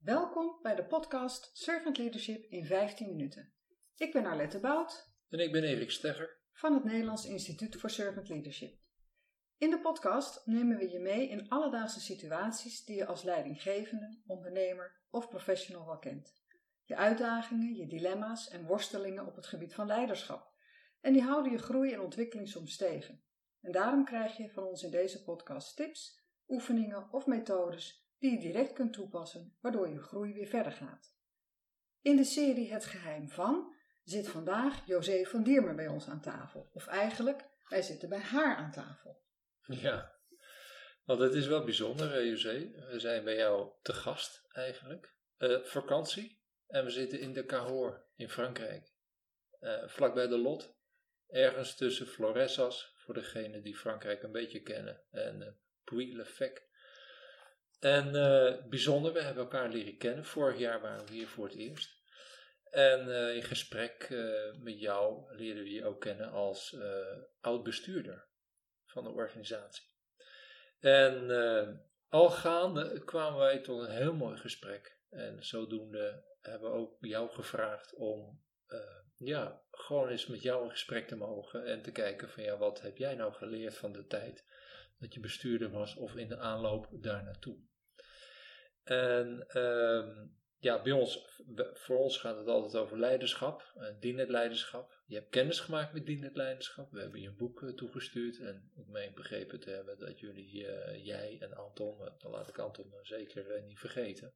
Welkom bij de podcast Servant Leadership in 15 minuten. Ik ben Arlette Bout. En ik ben Erik Stegger. Van het Nederlands Instituut voor Servant Leadership. In de podcast nemen we je mee in alledaagse situaties die je als leidinggevende, ondernemer of professional wel kent. Je uitdagingen, je dilemma's en worstelingen op het gebied van leiderschap. En die houden je groei en ontwikkeling soms tegen. En daarom krijg je van ons in deze podcast tips, oefeningen of methodes die je direct kunt toepassen, waardoor je groei weer verder gaat. In de serie Het Geheim van zit vandaag José van Diermer bij ons aan tafel. Of eigenlijk, wij zitten bij haar aan tafel. Ja, want het is wel bijzonder, José. We zijn bij jou te gast eigenlijk. Vakantie. En we zitten in de Cahors in Frankrijk. Vlakbij de Lot. Ergens tussen Floressas, voor degenen die Frankrijk een beetje kennen. En Puy-le-Fec. En bijzonder, we hebben elkaar leren kennen. Vorig jaar waren we hier voor het eerst. En in gesprek met jou leerden we je ook kennen als oud-bestuurder van de organisatie. En al gaande kwamen wij tot een heel mooi gesprek. En zodoende hebben we ook jou gevraagd om gewoon eens met jou in gesprek te mogen. En te kijken van wat heb jij nou geleerd van de tijd dat je bestuurder was of in de aanloop daar naartoe. En voor ons gaat het altijd over leiderschap, dienend leiderschap. Je hebt kennis gemaakt met dienend leiderschap. We hebben je een boek toegestuurd en ik meen begrepen te hebben dat jij en Anton, dan laat ik Anton zeker niet vergeten.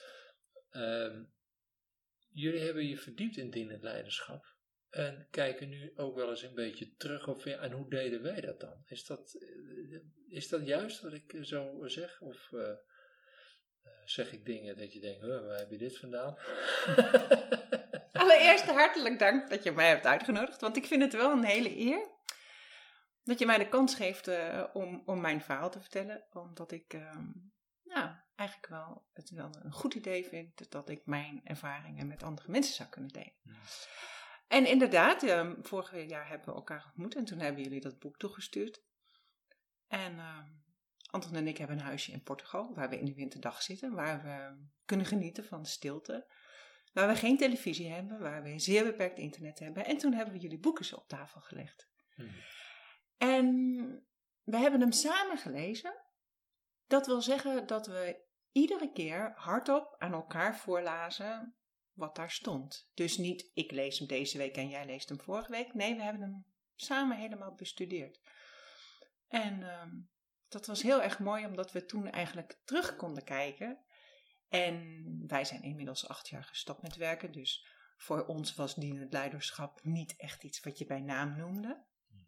Jullie hebben je verdiept in dienend leiderschap en kijken nu ook wel eens een beetje terug op en hoe deden wij dat dan? Is dat juist wat ik zo zeg of zeg ik dingen dat je denkt, waar heb je dit vandaan? Allereerst hartelijk dank dat je mij hebt uitgenodigd, want ik vind het wel een hele eer dat je mij de kans geeft om mijn verhaal te vertellen, omdat ik eigenlijk het wel een goed idee vind dat ik mijn ervaringen met andere mensen zou kunnen delen. Ja. En inderdaad, vorig jaar hebben we elkaar ontmoet en toen hebben jullie dat boek toegestuurd. En Anton en ik hebben een huisje in Portugal, waar we in de winterdag zitten, waar we kunnen genieten van de stilte, waar we geen televisie hebben, waar we zeer beperkt internet hebben. En toen hebben we jullie boeken op tafel gelegd. En we hebben hem samen gelezen. Dat wil zeggen dat we iedere keer hardop aan elkaar voorlazen wat daar stond. Dus niet, ik lees hem deze week en jij leest hem vorige week. Nee, we hebben hem samen helemaal bestudeerd. En dat was heel erg mooi, omdat we toen eigenlijk terug konden kijken. En wij zijn inmiddels 8 jaar gestopt met werken. Dus voor ons was dienend leiderschap niet echt iets wat je bij naam noemde.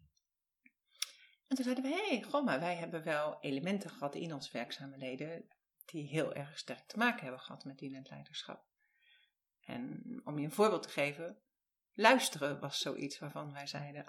En toen zeiden we, maar wij hebben wel elementen gehad in ons werkzaamheden die heel erg sterk te maken hebben gehad met dienend leiderschap. En om je een voorbeeld te geven, luisteren was zoiets waarvan wij zeiden,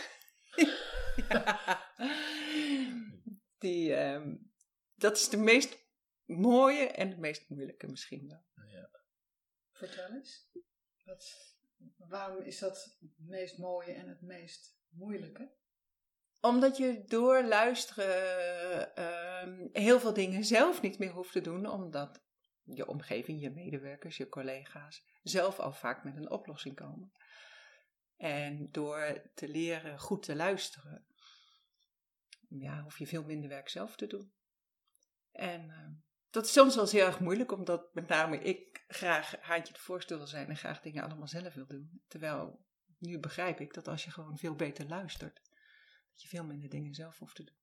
dat is de meest mooie en de meest moeilijke misschien wel. Ja. Vertel eens, waarom is dat het meest mooie en het meest moeilijke? Omdat je door luisteren heel veel dingen zelf niet meer hoeft te doen, omdat je omgeving, je medewerkers, je collega's zelf al vaak met een oplossing komen. En door te leren goed te luisteren, hoef je veel minder werk zelf te doen. En dat is soms wel eens heel erg moeilijk, omdat met name ik graag haantje de voorste wil zijn en graag dingen allemaal zelf wil doen. Terwijl, nu begrijp ik dat als je gewoon veel beter luistert, dat je veel minder dingen zelf hoeft te doen.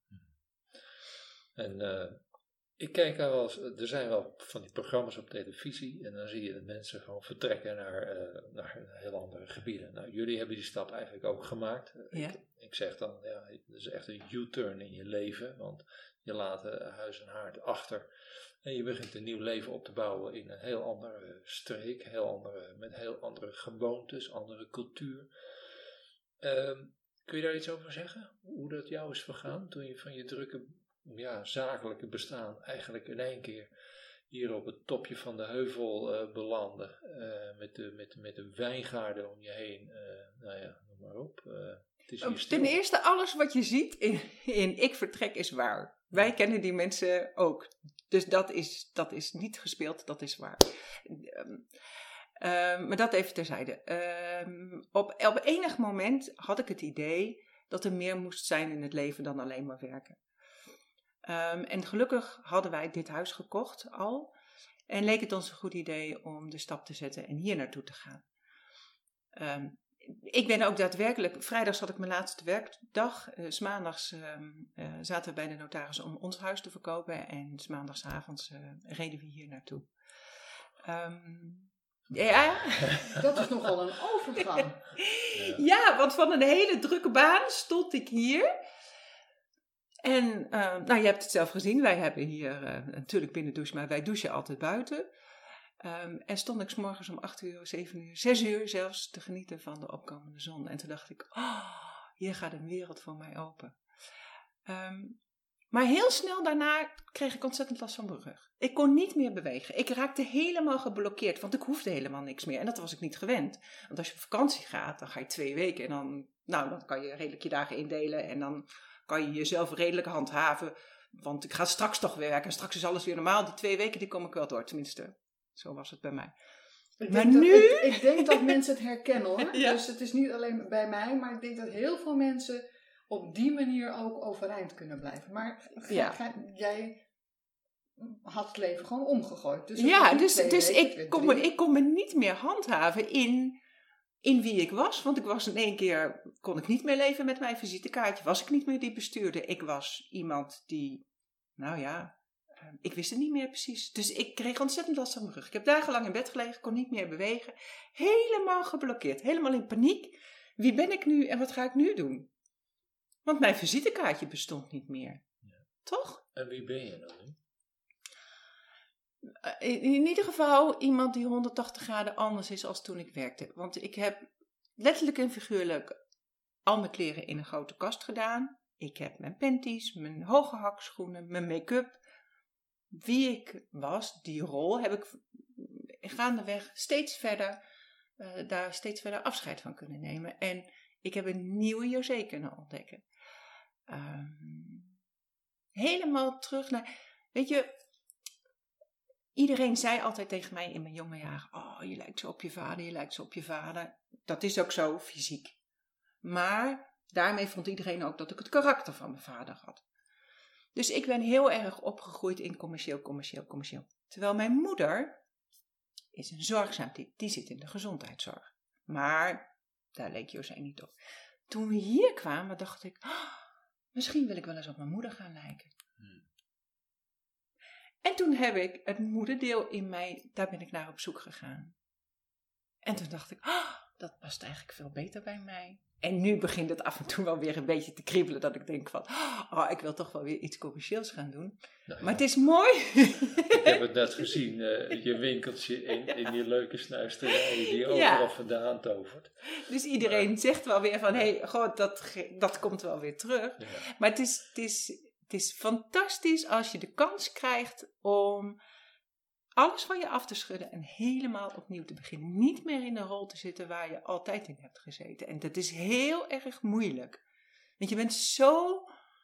En ik kijk er er zijn wel van die programma's op televisie en dan zie je de mensen gewoon vertrekken naar heel andere gebieden. Nou, jullie hebben die stap eigenlijk ook gemaakt. Ja. Ik zeg dan, het is echt een U-turn in je leven, want je laat huis en haard achter en je begint een nieuw leven op te bouwen in een heel andere streek, met heel andere gewoontes, andere cultuur. Kun je daar iets over zeggen? Hoe dat jou is vergaan toen je van je drukke zakelijke bestaan eigenlijk in één keer hier op het topje van de heuvel belandde. Met de wijngaarden om je heen. Noem maar op. Het is hier stil. Ten eerste, alles wat je ziet in Ik Vertrek is waar. Wij kennen die mensen ook. Dus dat is niet gespeeld, dat is waar. Maar dat even terzijde. Op enig moment had ik het idee dat er meer moest zijn in het leven dan alleen maar werken. En gelukkig hadden wij dit huis gekocht al. En leek het ons een goed idee om de stap te zetten en hier naartoe te gaan. Ik ben ook daadwerkelijk, vrijdags had ik mijn laatste werkdag. 's Maandags zaten we bij de notaris om ons huis te verkopen. En 's maandagsavonds reden we hier naartoe. Ja. Dat is nogal een overgang. Ja, want van een hele drukke baan stond ik hier. En je hebt het zelf gezien. Wij hebben hier natuurlijk binnendouche, maar wij douchen altijd buiten. En stond ik 's morgens om 8 uur, 7 uur, 6 uur zelfs te genieten van de opkomende zon. En toen dacht ik, hier gaat een wereld voor mij open. Maar heel snel daarna kreeg ik ontzettend last van mijn rug. Ik kon niet meer bewegen. Ik raakte helemaal geblokkeerd, want ik hoefde helemaal niks meer. En dat was ik niet gewend. Want als je op vakantie gaat, dan ga je 2 weken. En dan kan je redelijk je dagen indelen. En dan kan je jezelf redelijk handhaven. Want ik ga straks toch werken. En straks is alles weer normaal. Die 2 weken, die kom ik wel door. Tenminste, zo was het bij mij. Ik denk dat mensen het herkennen hoor. Ja. Dus het is niet alleen bij mij, maar ik denk dat heel veel mensen op die manier ook overeind kunnen blijven. Maar jij had het leven gewoon omgegooid. Dus ik kon me niet meer handhaven in wie ik was. Want ik was in één keer, kon ik niet meer leven met mijn visitekaartje. Was ik niet meer die bestuurder. Ik was iemand die, ik wist het niet meer precies. Dus ik kreeg ontzettend last van mijn rug. Ik heb dagenlang in bed gelegen, kon niet meer bewegen. Helemaal geblokkeerd, helemaal in paniek. Wie ben ik nu en wat ga ik nu doen? Want mijn visitekaartje bestond niet meer. Ja. Toch? En wie ben je dan nu? In ieder geval iemand die 180 graden anders is als toen ik werkte. Want ik heb letterlijk en figuurlijk al mijn kleren in een grote kast gedaan. Ik heb mijn panties, mijn hoge hakschoenen, mijn make-up. Wie ik was, die rol, heb ik gaandeweg steeds verder afscheid van kunnen nemen. En ik heb een nieuwe José kunnen ontdekken. Helemaal terug naar, weet je, iedereen zei altijd tegen mij in mijn jonge jaren, je lijkt zo op je vader, je lijkt zo op je vader. Dat is ook zo, fysiek. Maar daarmee vond iedereen ook dat ik het karakter van mijn vader had. Dus ik ben heel erg opgegroeid in commercieel. Terwijl mijn moeder is een zorgzaam type, die zit in de gezondheidszorg. Maar daar leek José niet op. Toen we hier kwamen, dacht ik, misschien wil ik wel eens op mijn moeder gaan lijken. En toen heb ik het moederdeel in mij, daar ben ik naar op zoek gegaan. En toen dacht ik, dat past eigenlijk veel beter bij mij. En nu begint het af en toe wel weer een beetje te kriebelen, dat ik denk van, ik wil toch wel weer iets commercieels gaan doen. Nou, maar het is mooi. Ik heb het net gezien, je winkeltje in die leuke snuisterij die je overal vandaan tovert. Dus iedereen zegt wel weer van, dat komt wel weer terug. Ja. Maar het is fantastisch als je de kans krijgt om alles van je af te schudden en helemaal opnieuw te beginnen. Niet meer in een rol te zitten waar je altijd in hebt gezeten. En dat is heel erg moeilijk. Want je bent zo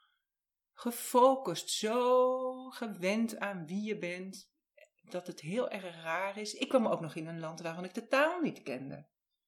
gefocust, zo gewend aan wie je bent, dat het heel erg raar is. Ik kwam ook nog in een land waarvan ik de taal niet kende.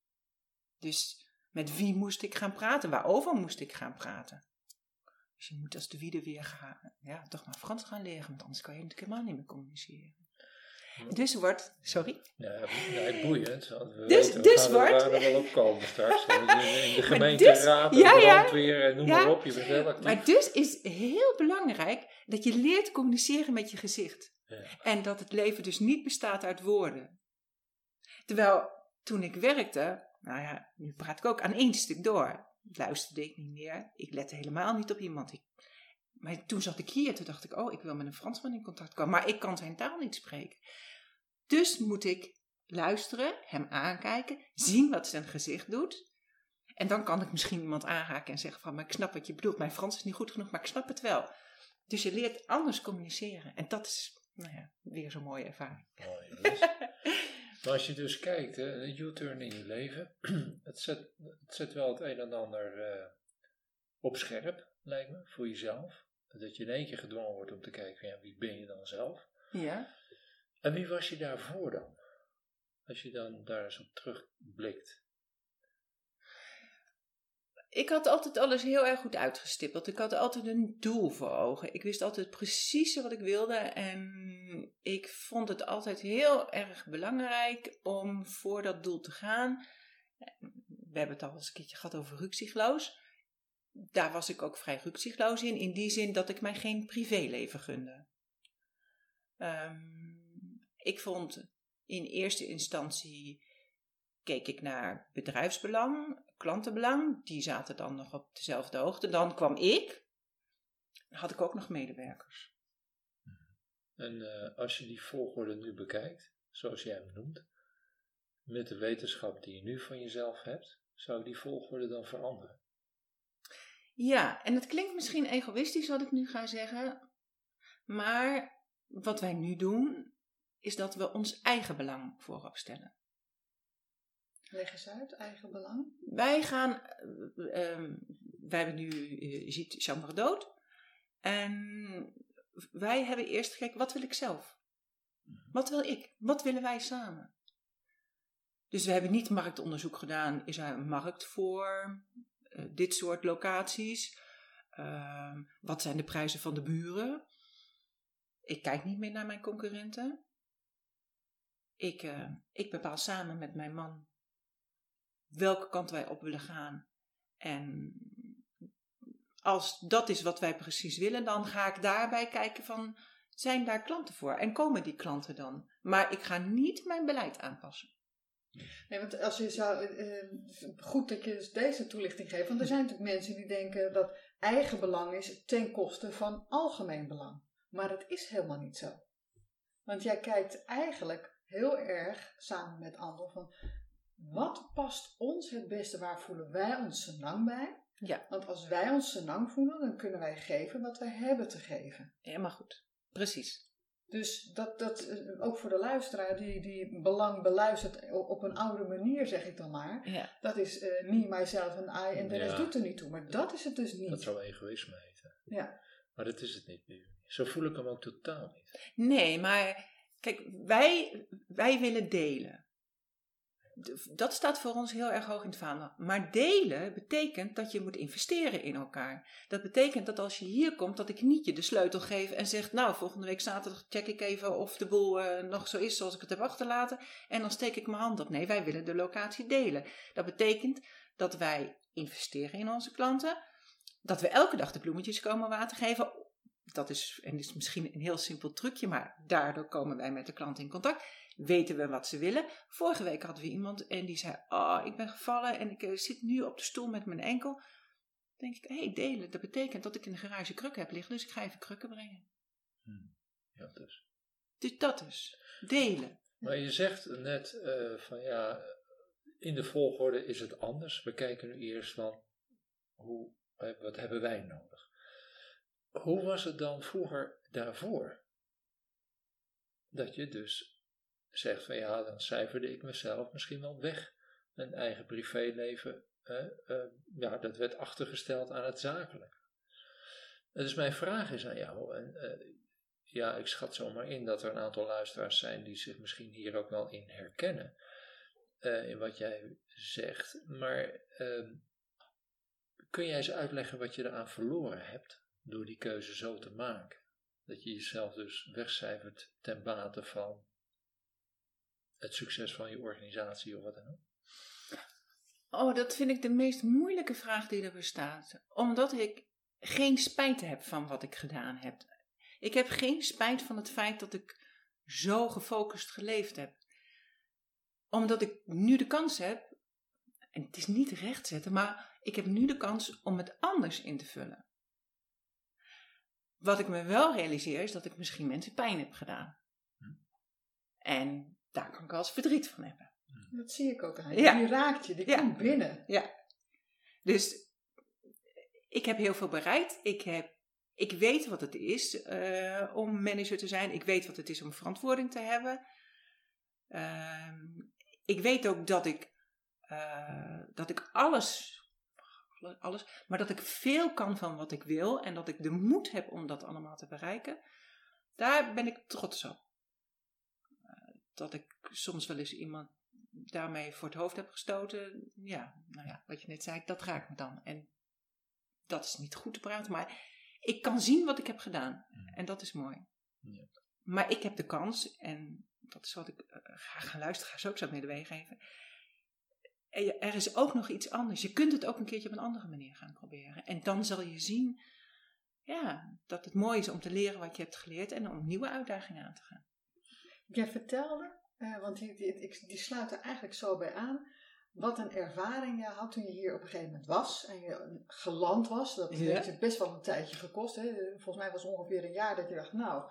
Dus met wie moest ik gaan praten? Waarover moest ik gaan praten? Dus je moet als de wiede weer gaan, toch maar Frans gaan leren, want anders kan je natuurlijk helemaal niet meer communiceren. Dus wordt, sorry? Ja, boeiend. Dus we gaan er wel op komen straks. In de gemeenteraad, de brandweer en noem maar op. Je bent heel actief. Maar dus is heel belangrijk dat je leert communiceren met je gezicht. Ja. En dat het leven dus niet bestaat uit woorden. Terwijl toen ik werkte, nu praat ik ook aan één stuk door. Luisterde ik niet meer. Ik lette helemaal niet op iemand. Maar toen zat ik hier, toen dacht ik, ik wil met een Fransman in contact komen. Maar ik kan zijn taal niet spreken. Dus moet ik luisteren, hem aankijken, zien wat zijn gezicht doet. En dan kan ik misschien iemand aanraken en zeggen van, maar ik snap wat je bedoelt. Mijn Frans is niet goed genoeg, maar ik snap het wel. Dus je leert anders communiceren. En dat is, weer zo'n mooie ervaring. Mooi, maar als je dus kijkt, een U-turn in je leven, het zet wel het een en ander op scherp, lijkt me, voor jezelf. Dat je in één keer gedwongen wordt om te kijken van, wie ben je dan zelf? Ja. En wie was je daarvoor dan? Als je dan daar eens op terugblikt. Ik had altijd alles heel erg goed uitgestippeld. Ik had altijd een doel voor ogen. Ik wist altijd precies wat ik wilde. En ik vond het altijd heel erg belangrijk om voor dat doel te gaan. We hebben het al eens een keertje gehad over ruksigloos. Daar was ik ook vrij ruksigloos in. In die zin dat ik mij geen privéleven gunde. Ik vond in eerste instantie... keek ik naar bedrijfsbelang, klantenbelang. Die zaten dan nog op dezelfde hoogte. Dan kwam ik. Dan had ik ook nog medewerkers. En als je die volgorde nu bekijkt, zoals jij hem noemt, met de wetenschap die je nu van jezelf hebt, zou die volgorde dan veranderen? Ja, en het klinkt misschien egoïstisch wat ik nu ga zeggen. Maar wat wij nu doen, is dat we ons eigen belang voorop stellen. Leg eens uit, eigen belang. Wij gaan, wij hebben nu, je ziet Jean dood. En wij hebben eerst gekeken, wat wil ik zelf? Wat wil ik? Wat willen wij samen? Dus we hebben niet marktonderzoek gedaan. Is er een markt voor dit soort locaties? Wat zijn de prijzen van de buren? Ik kijk niet meer naar mijn concurrenten. Ik bepaal samen met mijn man welke kant wij op willen gaan. En als dat is wat wij precies willen, dan ga ik daarbij kijken van, zijn daar klanten voor? En komen die klanten dan? Maar ik ga niet mijn beleid aanpassen. Nee, want als je zou, goed dat je dus deze toelichting geeft, want er zijn natuurlijk mensen die denken dat eigen belang is ten koste van algemeen belang. Maar dat is helemaal niet zo. Want jij kijkt eigenlijk heel erg samen met anderen van, wat past ons het beste? Waar voelen wij ons senang bij? Ja. Want als wij ons senang voelen, dan kunnen wij geven wat wij hebben te geven. Helemaal goed. Precies. Dus dat ook voor de luisteraar die belang beluistert op een oude manier, zeg ik dan maar. Ja. Dat is me, myself en I en de rest doet er niet toe. Maar dat is het dus niet. Dat zou egoïsme heten. Ja. Maar dat is het niet meer. Zo voel ik hem ook totaal niet. Nee, maar kijk, wij willen delen. Dat staat voor ons heel erg hoog in het vaandel. Maar delen betekent dat je moet investeren in elkaar. Dat betekent dat als je hier komt, dat ik niet je de sleutel geef en zeg, nou, volgende week zaterdag check ik even of de boel nog zo is zoals ik het heb achterlaten. En dan steek ik mijn hand op. Nee, wij willen de locatie delen. Dat betekent dat wij investeren in onze klanten. Dat we elke dag de bloemetjes komen water geven. Dat is misschien een heel simpel trucje, maar daardoor komen wij met de klant in contact. Weten we wat ze willen. Vorige week hadden we iemand en die zei, ik ben gevallen en ik zit nu op de stoel met mijn enkel. Dan denk ik, delen, dat betekent dat ik in de garage krukken heb liggen, dus ik ga even krukken brengen. Ja, dus. Dus dat is, delen. Maar je zegt net in de volgorde is het anders. We kijken nu eerst van, wat hebben wij nodig? Hoe was het dan vroeger daarvoor? Dat je dus zegt van dan cijferde ik mezelf misschien wel weg. Mijn eigen privéleven, dat werd achtergesteld aan het zakelijke. Dus mijn vraag is aan jou, en ik schat zomaar in dat er een aantal luisteraars zijn die zich misschien hier ook wel in herkennen. In wat jij zegt. Maar kun jij eens uitleggen wat je eraan verloren hebt door die keuze zo te maken? Dat je jezelf dus wegcijfert ten bate van het succes van je organisatie of wat dan ook? Dat vind ik de meest moeilijke vraag die er bestaat. Omdat ik geen spijt heb van wat ik gedaan heb. Ik heb geen spijt van het feit dat ik zo gefocust geleefd heb. Omdat ik nu de kans heb, en het is niet rechtzetten, maar ik heb nu de kans om het anders in te vullen. Wat ik me wel realiseer is dat ik misschien mensen pijn heb gedaan. En daar kan ik wel eens verdriet van hebben. Dat zie ik ook aan. Ja. Die raakt je, die komt binnen. Ja. Dus ik heb heel veel bereikt. Ik weet wat het is om manager te zijn. Ik weet wat het is om verantwoording te hebben. Ik weet ook dat ik alles, maar dat ik veel kan van wat ik wil en dat ik de moed heb om dat allemaal te bereiken. Daar ben ik trots op. dat ik soms wel eens iemand daarmee voor het hoofd heb gestoten. Ja, nou ja, wat je net zei, dat raakt me dan. En dat is niet goed te praten, maar ik kan zien wat ik heb gedaan. En dat is mooi. Ja. Maar ik heb de kans, en dat is wat ik graag ga luisteren, ga zo ook zo mee geven. Er is ook nog iets anders. Je kunt het ook een keertje op een andere manier gaan proberen. En dan zal je zien dat het mooi is om te leren wat je hebt geleerd en om nieuwe uitdagingen aan te gaan. Jij vertelde, want die sluit er eigenlijk zo bij aan, wat een ervaring je had toen je hier op een gegeven moment was en je geland was. Dat heeft je best wel een tijdje gekost. Hè? Volgens mij was het ongeveer een jaar dat je dacht, nou,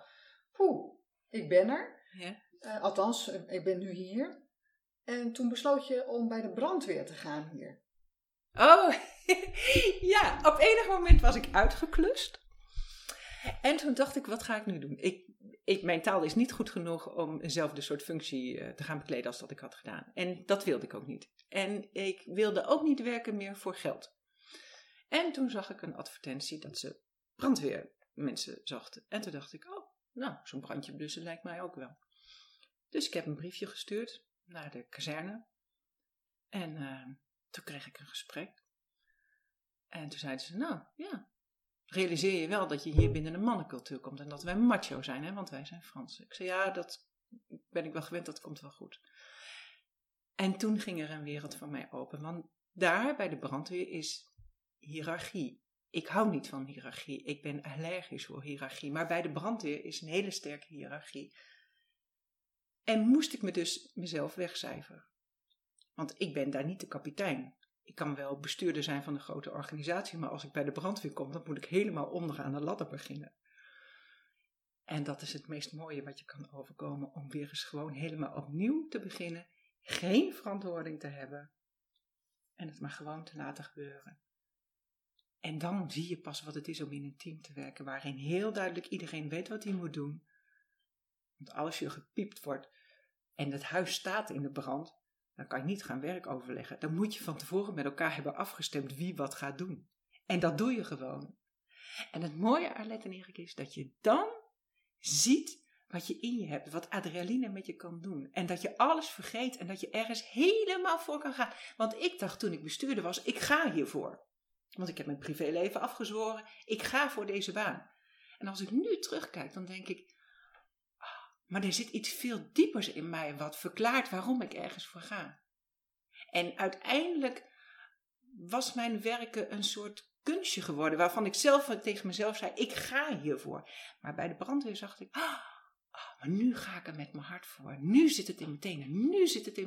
ik ben er. Ja. Althans, ik ben nu hier. En toen besloot je om bij de brandweer te gaan hier. Oh, ja, op enig moment was ik uitgeklust. En toen dacht ik, wat ga ik nu doen? Mijn taal is niet goed genoeg om eenzelfde soort functie te gaan bekleden als dat ik had gedaan. En dat wilde ik ook niet. En ik wilde ook niet werken meer voor geld. En toen zag ik een advertentie dat ze brandweermensen zochten. En toen dacht ik, zo'n brandje blussen lijkt mij ook wel. Dus ik heb een briefje gestuurd naar de kazerne. En toen kreeg ik een gesprek. En toen zeiden ze, realiseer je wel dat je hier binnen een mannencultuur komt en dat wij macho zijn, hè, want wij zijn Fransen. Ik zei, dat ben ik wel gewend, dat komt wel goed. En toen ging er een wereld voor mij open, want daar bij de brandweer is hiërarchie. Ik hou niet van hiërarchie, ik ben allergisch voor hiërarchie, maar bij de brandweer is een hele sterke hiërarchie. En moest ik me dus mezelf wegcijferen. Want ik ben daar niet de kapitein. Ik kan wel bestuurder zijn van een grote organisatie, maar als ik bij de brandweer kom, dan moet ik helemaal onderaan de ladder beginnen. En dat is het meest mooie wat je kan overkomen, om weer eens gewoon helemaal opnieuw te beginnen, geen verantwoording te hebben en het maar gewoon te laten gebeuren. En dan zie je pas wat het is om in een team te werken, waarin heel duidelijk iedereen weet wat hij moet doen. Want als je gepiept wordt en het huis staat in de brand, dan kan je niet gaan werk overleggen. Dan moet je van tevoren met elkaar hebben afgestemd wie wat gaat doen. En dat doe je gewoon. En het mooie, Arlette en Erik, is dat je dan ziet wat je in je hebt. Wat adrenaline met je kan doen. En dat je alles vergeet en dat je ergens helemaal voor kan gaan. Want ik dacht toen ik bestuurder was, ik ga hiervoor. Want ik heb mijn privéleven afgezworen. Ik ga voor deze baan. En als ik nu terugkijk, dan denk ik, maar er zit iets veel diepers in mij wat verklaart waarom ik ergens voor ga. En uiteindelijk was mijn werken een soort kunstje geworden, waarvan ik zelf tegen mezelf zei, ik ga hiervoor. Maar bij de brandweer zag ik, maar nu ga ik er met mijn hart voor. Nu zit het in mijn tenen, nu zit het in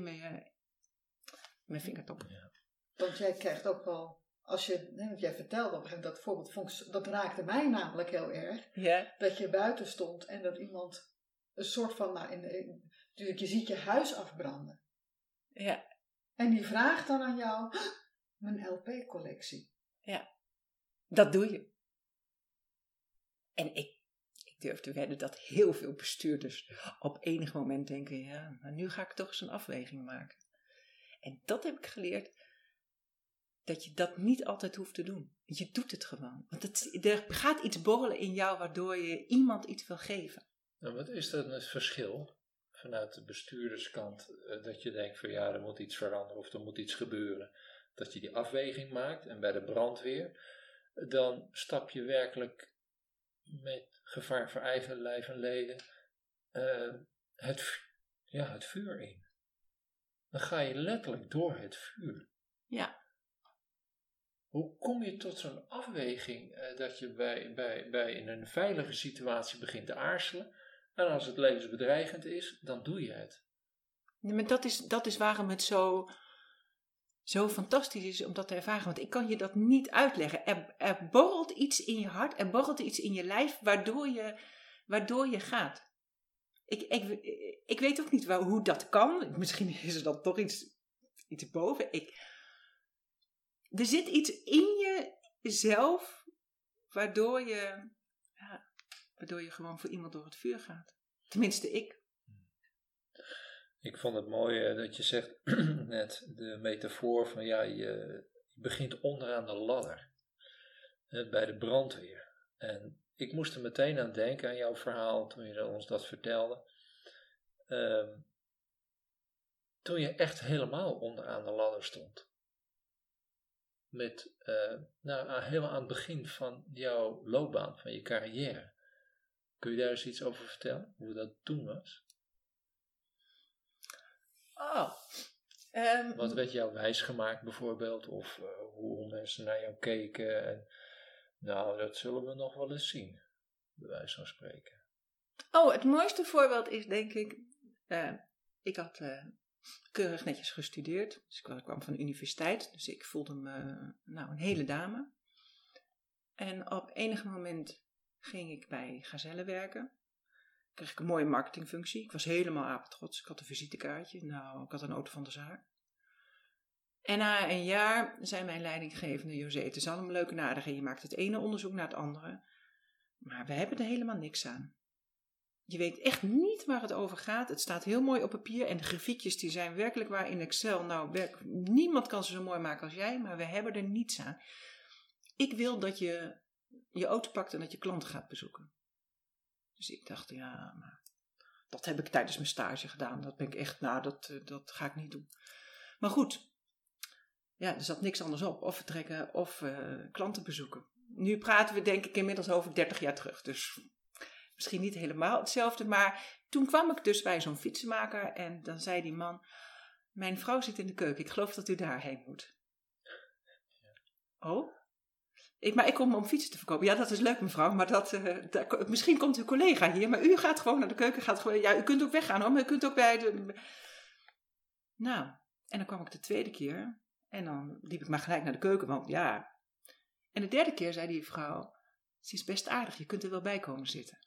mijn vingertop. Ja. Want jij krijgt ook wel, want jij vertelde op een gegeven moment dat voorbeeld, dat raakte mij namelijk heel erg. Ja. Dat je buiten stond en dat iemand een soort van, natuurlijk, je ziet je huis afbranden. Ja. En die vraagt dan aan jou, mijn LP-collectie. Ja, dat doe je. En ik durf te wedden dat heel veel bestuurders op enig moment denken, maar nu ga ik toch eens een afweging maken. En dat heb ik geleerd, dat je dat niet altijd hoeft te doen. Je doet het gewoon. Want er gaat iets borrelen in jou waardoor je iemand iets wil geven. Nou, wat is dat het verschil vanuit de bestuurderskant, dat je denkt van er moet iets veranderen of er moet iets gebeuren, dat je die afweging maakt, en bij de brandweer, dan stap je werkelijk met gevaar voor eigen lijf en leden het vuur in. Dan ga je letterlijk door het vuur. Ja. Hoe kom je tot zo'n afweging dat je bij in een veilige situatie begint te aarzelen? En als het levensbedreigend is, dan doe je het. Ja, maar dat is waarom het zo fantastisch is om dat te ervaren. Want ik kan je dat niet uitleggen. Er borrelt iets in je hart, er borrelt iets in je lijf, waardoor je gaat. Ik weet ook niet hoe dat kan. Misschien is er dan toch iets boven. Er zit iets in jezelf waardoor je gewoon voor iemand door het vuur gaat. Tenminste, ik. Ik vond het mooi dat je zegt, net de metafoor van je begint onderaan de ladder. Bij de brandweer. En ik moest er meteen aan denken, aan jouw verhaal, toen je ons dat vertelde. toen je echt helemaal onderaan de ladder stond. Met, helemaal aan het begin van jouw loopbaan, van je carrière. Kun je daar eens iets over vertellen? Hoe dat toen was? Wat werd jou wijsgemaakt bijvoorbeeld? Of hoe mensen naar jou keken? En, nou, dat zullen we nog wel eens zien. Bij wijze van spreken. Het mooiste voorbeeld is denk ik... ik had keurig netjes gestudeerd. Dus ik kwam van de universiteit. Dus ik voelde me een hele dame. En op enig moment ging ik bij Gazelle werken. Kreeg ik een mooie marketingfunctie. Ik was helemaal apetrots. Ik had een visitekaartje. Ik had een auto van de zaak. En na een jaar zei mijn leidinggevende: José, het is allemaal leuk en aardig. En je maakt het ene onderzoek naar het andere. Maar we hebben er helemaal niks aan. Je weet echt niet waar het over gaat. Het staat heel mooi op papier. En de grafiekjes die zijn werkelijk waar in Excel. Niemand kan ze zo mooi maken als jij. Maar we hebben er niets aan. Ik wil dat je je auto pakt en dat je klanten gaat bezoeken. Dus ik dacht, maar dat heb ik tijdens mijn stage gedaan. Dat ben ik echt, dat ga ik niet doen. Maar goed, er zat niks anders op. Of vertrekken of klanten bezoeken. Nu praten we denk ik inmiddels over 30 jaar terug. Dus misschien niet helemaal hetzelfde. Maar toen kwam ik dus bij zo'n fietsenmaker. En dan zei die man: mijn vrouw zit in de keuken. Ik geloof dat u daarheen moet. Oh? Maar ik kom om fietsen te verkopen. Ja, dat is leuk mevrouw, maar misschien komt uw collega hier, maar u gaat gewoon naar de keuken. U kunt ook weggaan hoor, maar u kunt ook bij de... En dan kwam ik de tweede keer en dan liep ik maar gelijk naar de keuken, want ja. En de derde keer zei die vrouw: ze is best aardig, je kunt er wel bij komen zitten.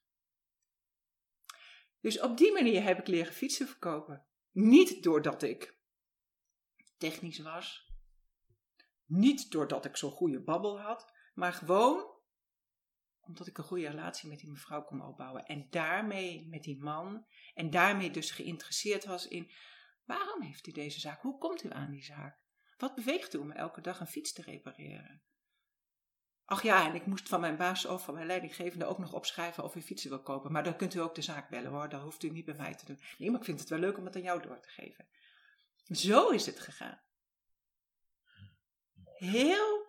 Dus op die manier heb ik leren fietsen verkopen. Niet doordat ik technisch was, niet doordat ik zo'n goede babbel had, maar gewoon omdat ik een goede relatie met die mevrouw kon opbouwen. En daarmee met die man. En daarmee dus geïnteresseerd was in: waarom heeft u deze zaak? Hoe komt u aan die zaak? Wat beweegt u om elke dag een fiets te repareren? Ach ja, en ik moest van mijn baas of van mijn leidinggevende ook nog opschrijven of u fietsen wil kopen. Maar dan kunt u ook de zaak bellen hoor. Dat hoeft u niet bij mij te doen. Nee, maar ik vind het wel leuk om het aan jou door te geven. Zo is het gegaan. Heel...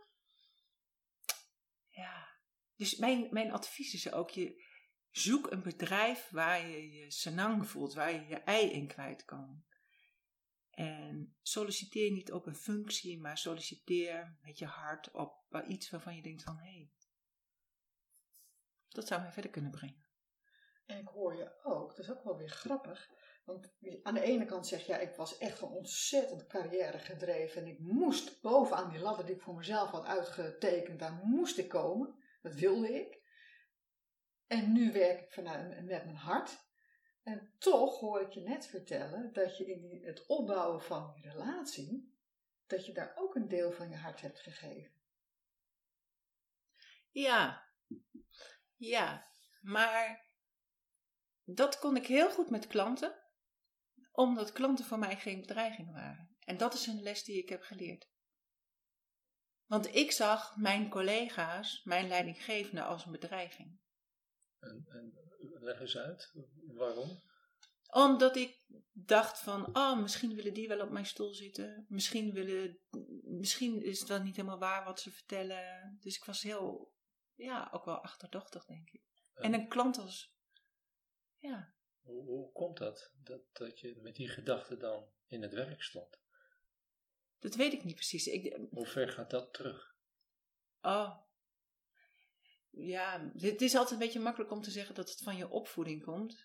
Dus mijn advies is ook: zoek een bedrijf waar je je senang voelt, waar je je ei in kwijt kan. En solliciteer niet op een functie, maar solliciteer met je hart op iets waarvan je denkt van dat zou mij verder kunnen brengen. En ik hoor je ook, dat is ook wel weer grappig. Want aan de ene kant zeg je, ik was echt van ontzettend carrière gedreven. En ik moest bovenaan die ladder die ik voor mezelf had uitgetekend, daar moest ik komen. Dat wilde ik. En nu werk ik met mijn hart. En toch hoor ik je net vertellen dat je in het opbouwen van die relatie, dat je daar ook een deel van je hart hebt gegeven. Ja, maar dat kon ik heel goed met klanten, omdat klanten voor mij geen bedreiging waren. En dat is een les die ik heb geleerd. Want ik zag mijn collega's, mijn leidinggevende, als een bedreiging. En leg eens uit, waarom? Omdat ik dacht van, misschien willen die wel op mijn stoel zitten. Misschien is het wel niet helemaal waar wat ze vertellen. Dus ik was heel, ook wel achterdochtig, denk ik. En een klant als, Hoe komt dat dat je met die gedachten dan in het werk stond? Dat weet ik niet precies. Hoe ver gaat dat terug? Het is altijd een beetje makkelijk om te zeggen dat het van je opvoeding komt.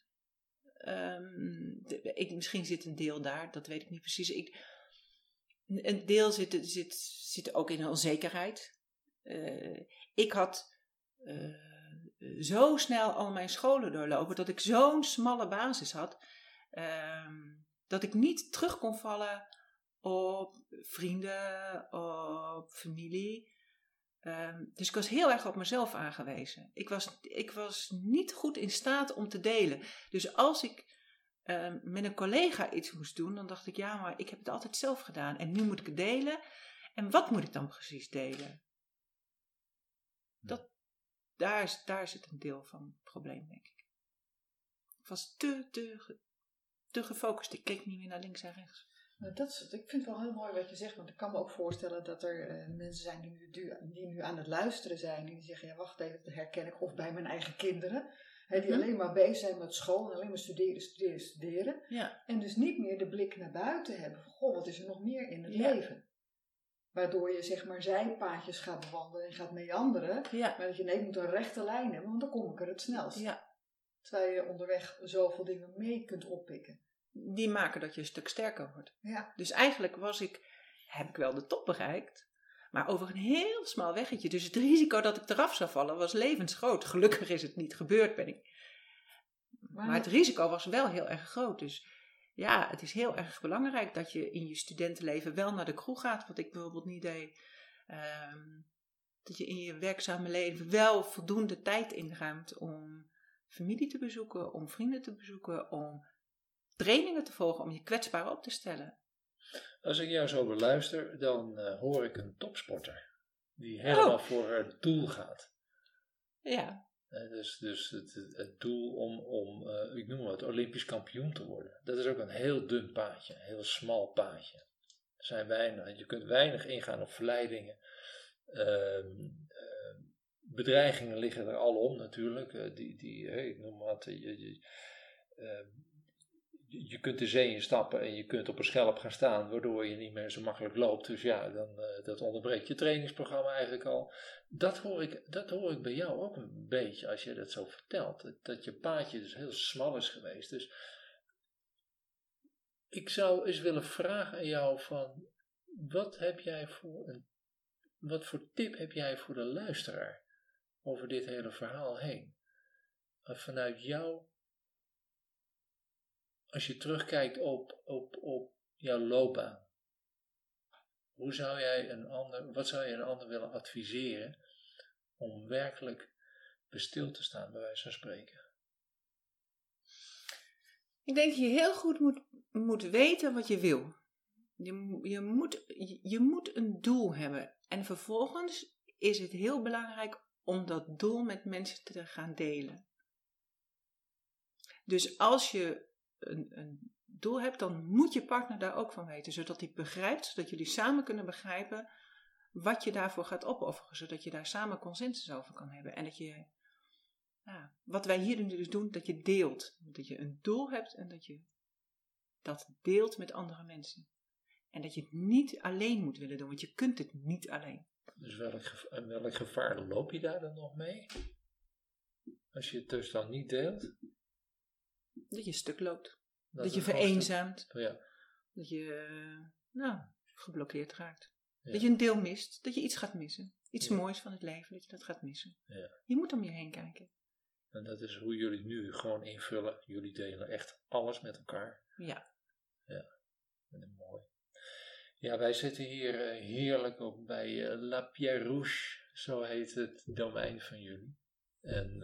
Misschien zit een deel daar, dat weet ik niet precies. Een deel zit ook in een onzekerheid. Ik had zo snel al mijn scholen doorlopen, dat ik zo'n smalle basis had, dat ik niet terug kon vallen op vrienden, op familie. Dus ik was heel erg op mezelf aangewezen. Ik was niet goed in staat om te delen. Dus als ik met een collega iets moest doen, dan dacht ik, maar ik heb het altijd zelf gedaan. En nu moet ik het delen. En wat moet ik dan precies delen? Daar zit een deel van het probleem, denk ik. Ik was te gefocust. Ik keek niet meer naar links en rechts. Ik vind het wel heel mooi wat je zegt, want ik kan me ook voorstellen dat er mensen zijn die nu aan het luisteren zijn. En die zeggen, ja wacht even, dat herken ik. Of bij mijn eigen kinderen. Die alleen maar bezig zijn met school en alleen maar studeren. Ja. En dus niet meer de blik naar buiten hebben. Van, goh, wat is er nog meer in het leven? Waardoor je zeg maar zijpaadjes gaat bewandelen en gaat meanderen. Ja. Maar dat je moet een rechte lijn hebben, want dan kom ik er het snelst. Ja. Terwijl je onderweg zoveel dingen mee kunt oppikken. Die maken dat je een stuk sterker wordt. Ja. Dus eigenlijk heb ik wel de top bereikt, maar over een heel smal weggetje. Dus het risico dat ik eraf zou vallen was levensgroot. Gelukkig is het niet gebeurd, maar het risico was wel heel erg groot. Dus ja, het is heel erg belangrijk dat je in je studentenleven wel naar de kroeg gaat, wat ik bijvoorbeeld niet deed. Dat je in je werkzame leven wel voldoende tijd inruimt om familie te bezoeken, om vrienden te bezoeken, om trainingen te volgen, om je kwetsbaar op te stellen. Als ik jou zo beluister, dan hoor ik een topsporter die helemaal voor haar doel gaat. Ja. Dus het doel om ik noem het, Olympisch kampioen te worden. Dat is ook een heel dun paadje, een heel smal paadje. Er zijn weinig, je kunt weinig ingaan op verleidingen. Bedreigingen liggen er alom natuurlijk. Ik noem wat, je kunt de zee instappen en je kunt op een schelp gaan staan, waardoor je niet meer zo makkelijk loopt. Dus ja, dan dat onderbreekt je trainingsprogramma eigenlijk al. Dat hoor ik bij jou ook een beetje als je dat zo vertelt. Dat je paadje dus heel smal is geweest. Dus ik zou eens willen vragen aan jou van, wat voor tip heb jij voor de luisteraar over dit hele verhaal heen? Vanuit jou, als je terugkijkt op jouw loopbaan, wat zou je een ander willen adviseren om werkelijk bestil te staan, bij wijze van spreken? Ik denk dat je heel goed moet weten wat je wil. Je moet een doel hebben. En vervolgens is het heel belangrijk om dat doel met mensen te gaan delen. Dus als je een doel hebt, dan moet je partner daar ook van weten. Zodat hij begrijpt, zodat jullie samen kunnen begrijpen wat je daarvoor gaat opofferen. Zodat je daar samen consensus over kan hebben. En dat je, wat wij hier dus doen, dat je deelt. Dat je een doel hebt en dat je dat deelt met andere mensen. En dat je het niet alleen moet willen doen, want je kunt het niet alleen. Dus welk gevaar loop je daar dan nog mee? Als je het dus dan niet deelt? Dat je stuk loopt. Dat je vereenzaamt. Ja. Dat je geblokkeerd raakt. Ja. Dat je een deel mist. Dat je iets gaat missen. Iets moois van het leven, dat je dat gaat missen. Ja. Je moet om je heen kijken. En dat is hoe jullie nu gewoon invullen. Jullie delen echt alles met elkaar. Ja. Ja, mooi. Ja, wij zitten hier heerlijk op bij La Pierre Rouge. Zo heet het domein van jullie. En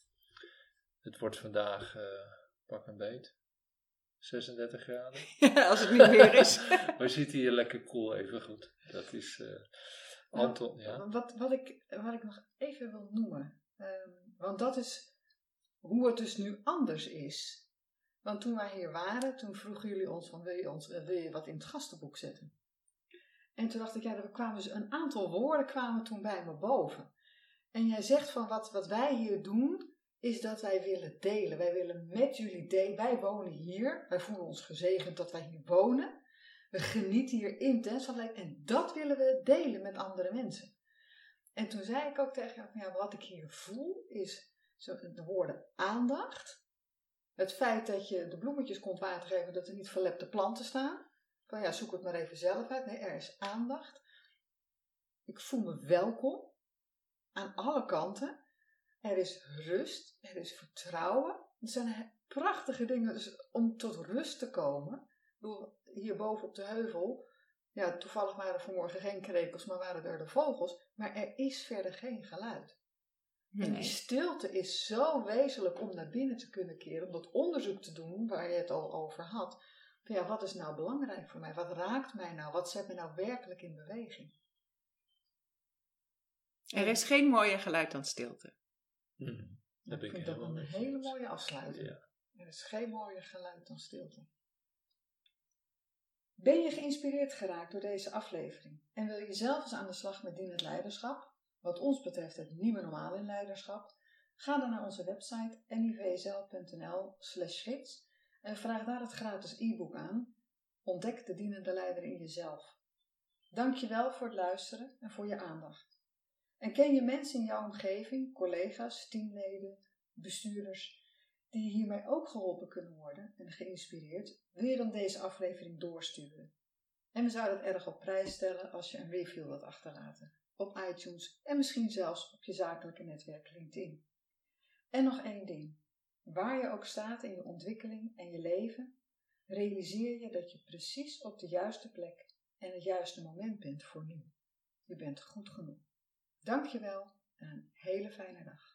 het wordt vandaag pak een beet. 36 graden. Ja, als het niet meer is. We zitten hier lekker cool, even goed. Dat is Anton. Ja. Wat ik nog even wil noemen. Want dat is hoe het dus nu anders is. Want toen wij hier waren, toen vroegen jullie ons van wil je wat in het gastenboek zetten? En toen dacht ik, er kwamen dus een aantal woorden kwamen toen bij me boven. En jij zegt van wat wij hier doen, is dat wij willen delen. Wij willen met jullie delen. Wij wonen hier. Wij voelen ons gezegend dat wij hier wonen. We genieten hier intens van leven. En dat willen we delen met andere mensen. En toen zei ik ook tegen jou, wat ik hier voel is de woorden aandacht. Het feit dat je de bloemetjes komt water geven, dat er niet verlepte planten staan. Van zoek het maar even zelf uit. Nee, er is aandacht. Ik voel me welkom. Aan alle kanten. Er is rust. Er is vertrouwen. Het zijn prachtige dingen dus om tot rust te komen. Ik bedoel, hierboven op de heuvel. Ja, toevallig waren er vanmorgen geen krekels, maar waren er de vogels. Maar er is verder geen geluid. Nee. En die stilte is zo wezenlijk om naar binnen te kunnen keren. Om dat onderzoek te doen waar je het al over had. Van wat is nou belangrijk voor mij? Wat raakt mij nou? Wat zet me nou werkelijk in beweging? Er is geen mooier geluid dan stilte. Ik vind dat een hele mooie afsluiting. Ja. Er is geen mooier geluid dan stilte. Ben je geïnspireerd geraakt door deze aflevering en wil je zelf eens aan de slag met dienend leiderschap, wat ons betreft het nieuwe normaal in leiderschap, ga dan naar onze website nivzl.nl/gids en vraag daar het gratis e-book aan. Ontdek de dienende leider in jezelf. Dank je wel voor het luisteren en voor je aandacht. En ken je mensen in jouw omgeving, collega's, teamleden, bestuurders, die hiermee ook geholpen kunnen worden en geïnspireerd, wil je dan deze aflevering doorsturen. En we zouden het erg op prijs stellen als je een review wilt achterlaten op iTunes en misschien zelfs op je zakelijke netwerk LinkedIn. En nog één ding. Waar je ook staat in je ontwikkeling en je leven, realiseer je dat je precies op de juiste plek en het juiste moment bent voor nu. Je bent goed genoeg. Dank je wel en een hele fijne dag.